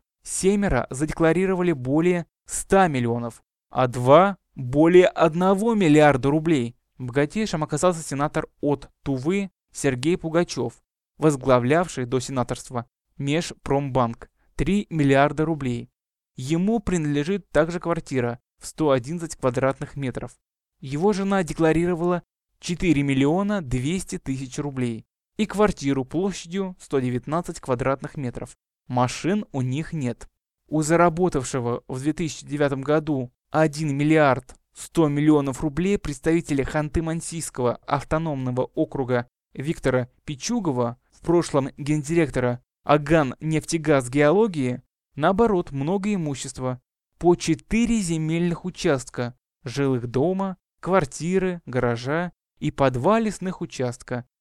A: 7 задекларировали более 100 миллионов, а 2 – более 1 миллиарда рублей. Богатейшим оказался сенатор от Тувы Сергей Пугачев, возглавлявший до сенаторства Межпромбанк, 3 миллиарда рублей. Ему принадлежит также квартира в 111 квадратных метров. Его жена декларировала 4 миллиона 200 тысяч рублей и квартиру площадью 119 квадратных метров. Машин у них нет. У заработавшего в 2009 году 1 миллиард 100 миллионов рублей представителя Ханты-Мансийского автономного округа Виктора Пичугова, в прошлом гендиректора Аган нефтегаз геологии, наоборот, много имущества. По 4 земельных участка, жилых дома, квартиры, гаража и по 2 лесных участка.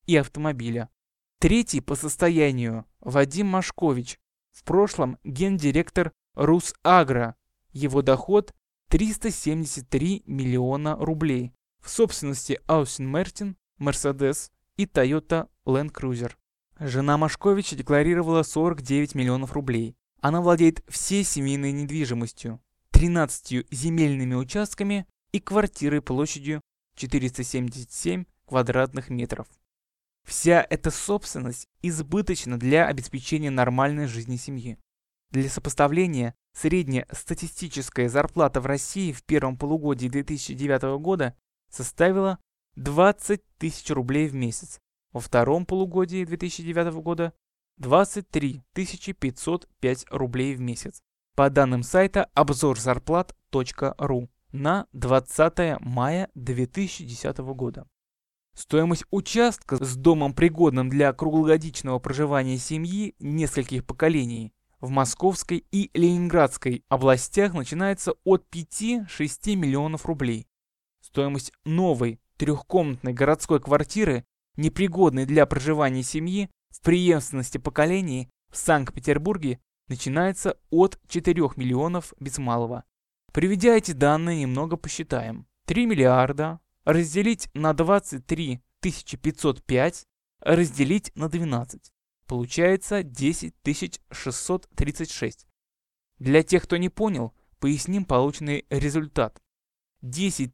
A: и автомобиля. Третий по состоянию Вадим Машкович, в прошлом гендиректор Русагро. Его доход 373 миллиона рублей. В собственности Астон Мартин, Мерседес и Toyota Land Cruiser. Жена Машковича декларировала 49 миллионов рублей. Она владеет всей семейной недвижимостью, 13 земельными участками и квартирой площадью 477 квадратных метров. Вся эта собственность избыточна для обеспечения нормальной жизни семьи. Для сопоставления, среднестатистическая зарплата в России в первом полугодии 2009 года составила 20 тысяч рублей в месяц. Во втором полугодии 2009 года 23 505 рублей в месяц. По данным сайта обзорзарплат.ру на 20 мая 2010 года. Стоимость участка с домом, пригодным для круглогодичного проживания семьи нескольких поколений, в Московской и Ленинградской областях начинается от 5-6 миллионов рублей. Стоимость новой трехкомнатной городской квартиры, непригодной для проживания семьи в преемственности поколений в Санкт-Петербурге, начинается от 4 миллионов без малого. Приведя эти данные, немного посчитаем. 3 миллиарда разделить на 23 505 разделить на 12. Получается 10 636. Для тех, кто не понял, поясним полученный результат. 10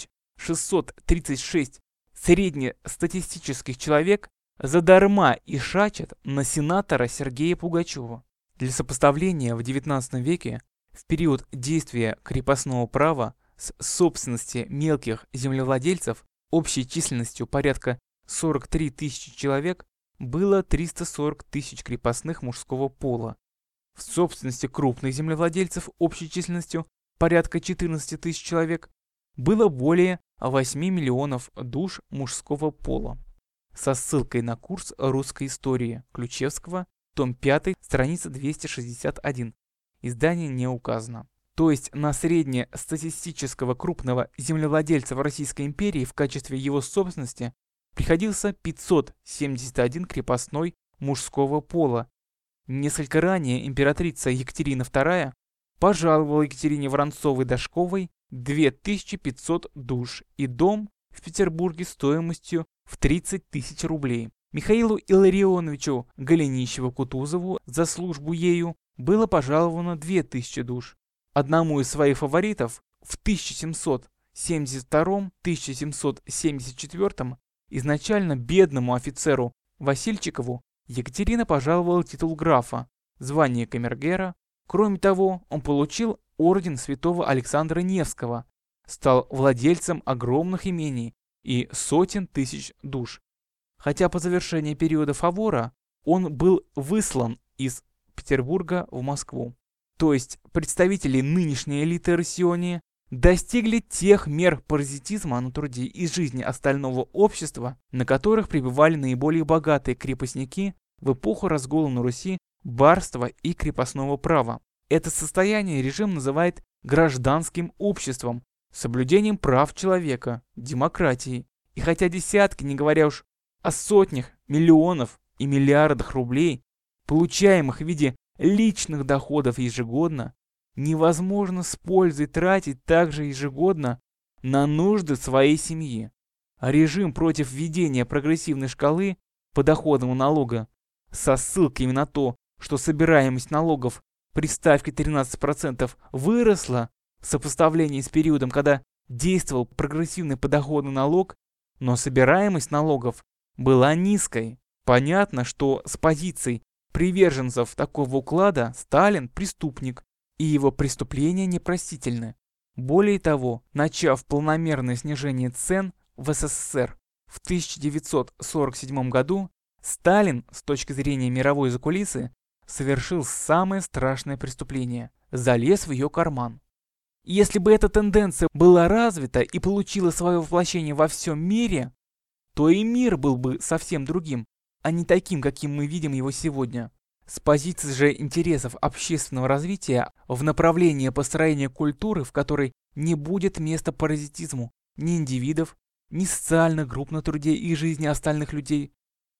A: 636 среднестатистических человек задарма ишачат на сенатора Сергея Пугачева. Для сопоставления, в XIX веке, в период действия крепостного права, с собственности мелких землевладельцев общей численностью порядка 43 тысячи человек было 340 тысяч крепостных мужского пола. В собственности крупных землевладельцев общей численностью порядка 14 тысяч человек было более 8 миллионов душ мужского пола. Со ссылкой на курс русской истории Ключевского, том 5, страница 261. Издание не указано. То есть на среднестатистического крупного землевладельца в Российской империи в качестве его собственности приходился 571 крепостной мужского пола. Несколько ранее императрица Екатерина II пожаловала Екатерине Воронцовой-Дашковой 2500 душ и дом в Петербурге стоимостью в 30 тысяч рублей. Михаилу Илларионовичу Голенищеву-Кутузову за службу ею было пожаловано 2000 душ. Одному из своих фаворитов в 1772-1774 изначально бедному офицеру Васильчикову Екатерина пожаловала титул графа, звание камергера. Кроме того, он получил орден святого Александра Невского, стал владельцем огромных имений и сотен тысяч душ. Хотя по завершении периода фавора он был выслан из Петербурга в Москву. То есть представители нынешней элиты Россионии достигли тех мер паразитизма на труде и жизни остального общества, на которых пребывали наиболее богатые крепостники в эпоху разгула на Руси барства и крепостного права. Это состояние режим называет гражданским обществом, соблюдением прав человека, демократией. И хотя десятки, не говоря уж о сотнях, миллионов и миллиардах рублей, получаемых в виде личных доходов ежегодно, невозможно с пользой тратить также ежегодно на нужды своей семьи. А режим против введения прогрессивной шкалы подоходного налога со ссылками на то, что собираемость налогов при ставке 13% выросла в сопоставлении с периодом, когда действовал прогрессивный подоходный налог, но собираемость налогов была низкой. Понятно, что с позиций приверженцев такого уклада Сталин преступник, и его преступления непростительны. Более того, начав планомерное снижение цен в СССР в 1947 году, Сталин, с точки зрения мировой закулисы, совершил самое страшное преступление – залез в ее карман. Если бы эта тенденция была развита и получила свое воплощение во всем мире, то и мир был бы совсем другим, а не таким, каким мы видим его сегодня. С позиции же интересов общественного развития в направлении построения культуры, в которой не будет места паразитизму ни индивидов, ни социальных групп на труде и жизни остальных людей,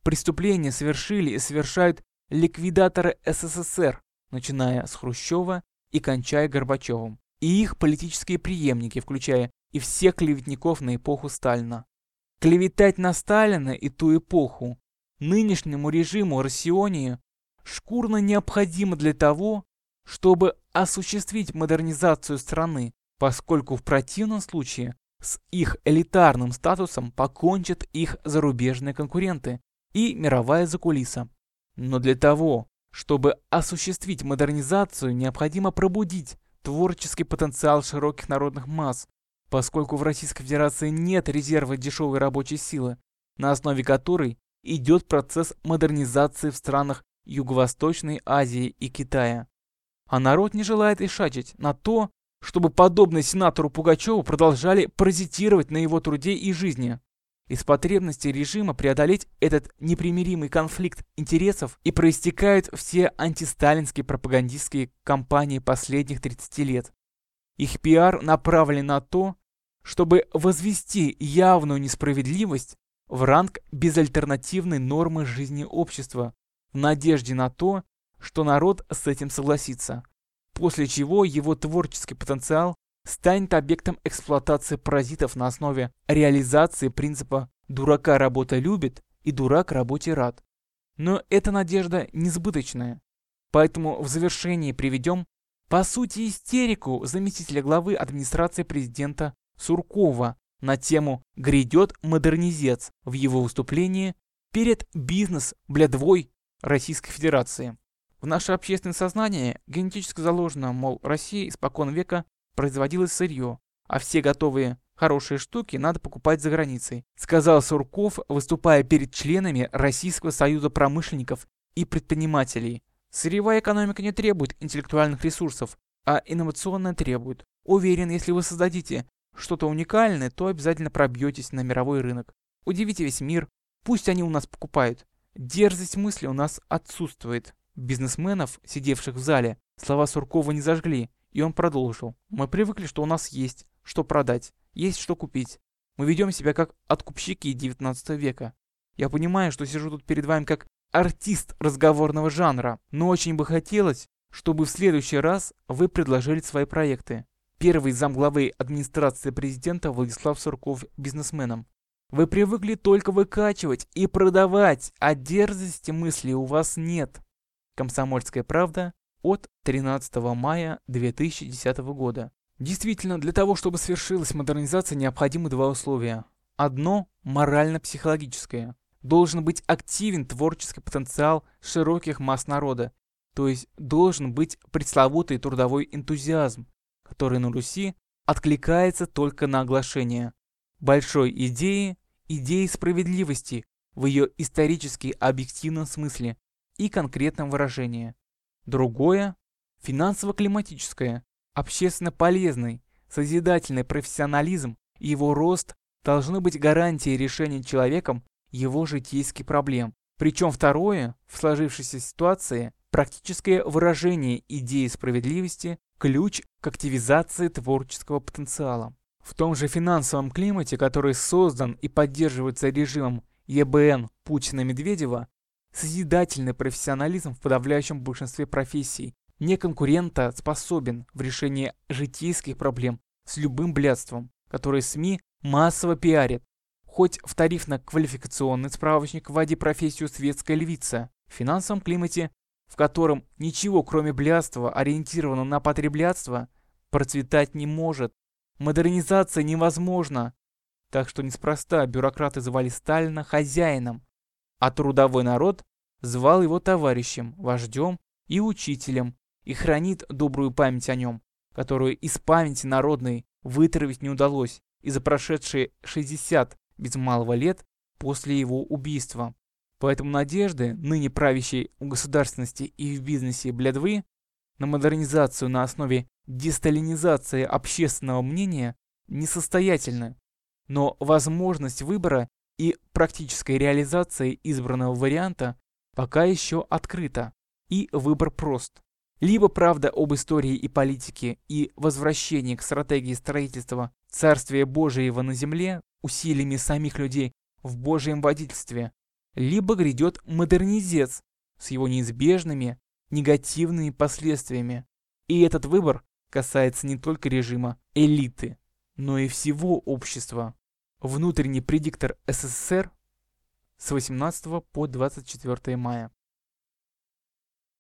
A: Преступления совершили и совершают ликвидаторы СССР, начиная с Хрущева и кончая Горбачевым, и их политические преемники, включая и всех клеветников на эпоху Сталина. Клеветать на Сталина и ту эпоху нынешнему режиму Россионии шкурно необходимо для того, чтобы осуществить модернизацию страны, поскольку в противном случае с их элитарным статусом покончат их зарубежные конкуренты и мировая закулиса. Но для того, чтобы осуществить модернизацию, необходимо пробудить творческий потенциал широких народных масс, поскольку в Российской Федерации нет резерва дешевой рабочей силы, на основе которой идет процесс модернизации в странах Юго-Восточной Азии и Китая. А народ не желает ишачить на то, чтобы подобно сенатору Пугачеву продолжали паразитировать на его труде и жизни. Из потребности режима преодолеть этот непримиримый конфликт интересов и проистекают все антисталинские пропагандистские кампании последних 30 лет. Их пиар направлен на то, чтобы возвести явную несправедливость в ранг безальтернативной нормы жизни общества, в надежде на то, что народ с этим согласится, после чего его творческий потенциал станет объектом эксплуатации паразитов на основе реализации принципа «дурака работа любит и дурак работе рад». Но эта надежда несбыточная, поэтому в завершении приведем по сути истерику заместителя главы администрации президента Суркова на тему «Грядет модернизец» в его выступлении перед бизнес-блядвой Российской Федерации. В наше общественное сознание генетически заложено, мол, Россия испокон века производилось сырье, а все готовые хорошие штуки надо покупать за границей, сказал Сурков, выступая перед членами Российского союза промышленников и предпринимателей. Сырьевая экономика не требует интеллектуальных ресурсов, а инновационная требует. Уверен, если вы создадите что-то уникальное, то обязательно пробьетесь на мировой рынок. Удивите весь мир, пусть они у нас покупают. Дерзость мысли у нас отсутствует. Бизнесменов, сидевших в зале, слова Суркова не зажгли, и он продолжил. Мы привыкли, что у нас есть что продать, есть что купить. Мы ведем себя как откупщики 19 века. Я понимаю, что сижу тут перед вами как артист разговорного жанра, но очень бы хотелось, чтобы в следующий раз вы предложили свои проекты. Первый замглавы администрации президента Владислав Сурков бизнесменам. Вы привыкли только выкачивать и продавать, а дерзости мысли у вас нет. Комсомольская правда от 13 мая 2010 года. Действительно, для того, чтобы свершилась модернизация, необходимы два условия. Одно – морально-психологическое. Должен быть активен творческий потенциал широких масс народа, то есть должен быть пресловутый трудовой энтузиазм, который на Руси откликается только на оглашение большой идеи, идеи справедливости в ее исторически объективном смысле и конкретном выражении. Другое – финансово-климатическое, общественно полезный, созидательный профессионализм и его рост должны быть гарантией решения человеком его житейских проблем. Причем второе, в сложившейся ситуации, практическое выражение идеи справедливости – ключ к активизации творческого потенциала. В том же финансовом климате, который создан и поддерживается режимом ЕБН Путина-Медведева, созидательный профессионализм в подавляющем большинстве профессий не конкурентоспособен в решении житейских проблем с любым блядством, которое СМИ массово пиарят. Хоть в тарифно-квалификационный справочник вводи профессию светская львица, в финансовом климате, в котором ничего кроме блядства ориентировано на потреблятство, процветать не может. Модернизация невозможна. Так что неспроста бюрократы звали Сталина хозяином, а трудовой народ звал его товарищем, вождем и учителем, и хранит добрую память о нем, которую из памяти народной вытравить не удалось и за прошедшие 60 без малого лет после его убийства. Поэтому надежды, ныне правящей у государственности и в бизнесе блядвы, на модернизацию на основе десталинизации общественного мнения несостоятельны, но возможность выбора и практической реализации избранного варианта пока еще открыта, и выбор прост. Либо правда об истории и политике и возвращение к стратегии строительства Царствия Божьего на земле усилиями самих людей в Божьем водительстве, либо грядет модернизец с его неизбежными негативными последствиями. И этот выбор касается не только режима элиты, но и всего общества. Внутренний предиктор СССР с 18 по 24 мая.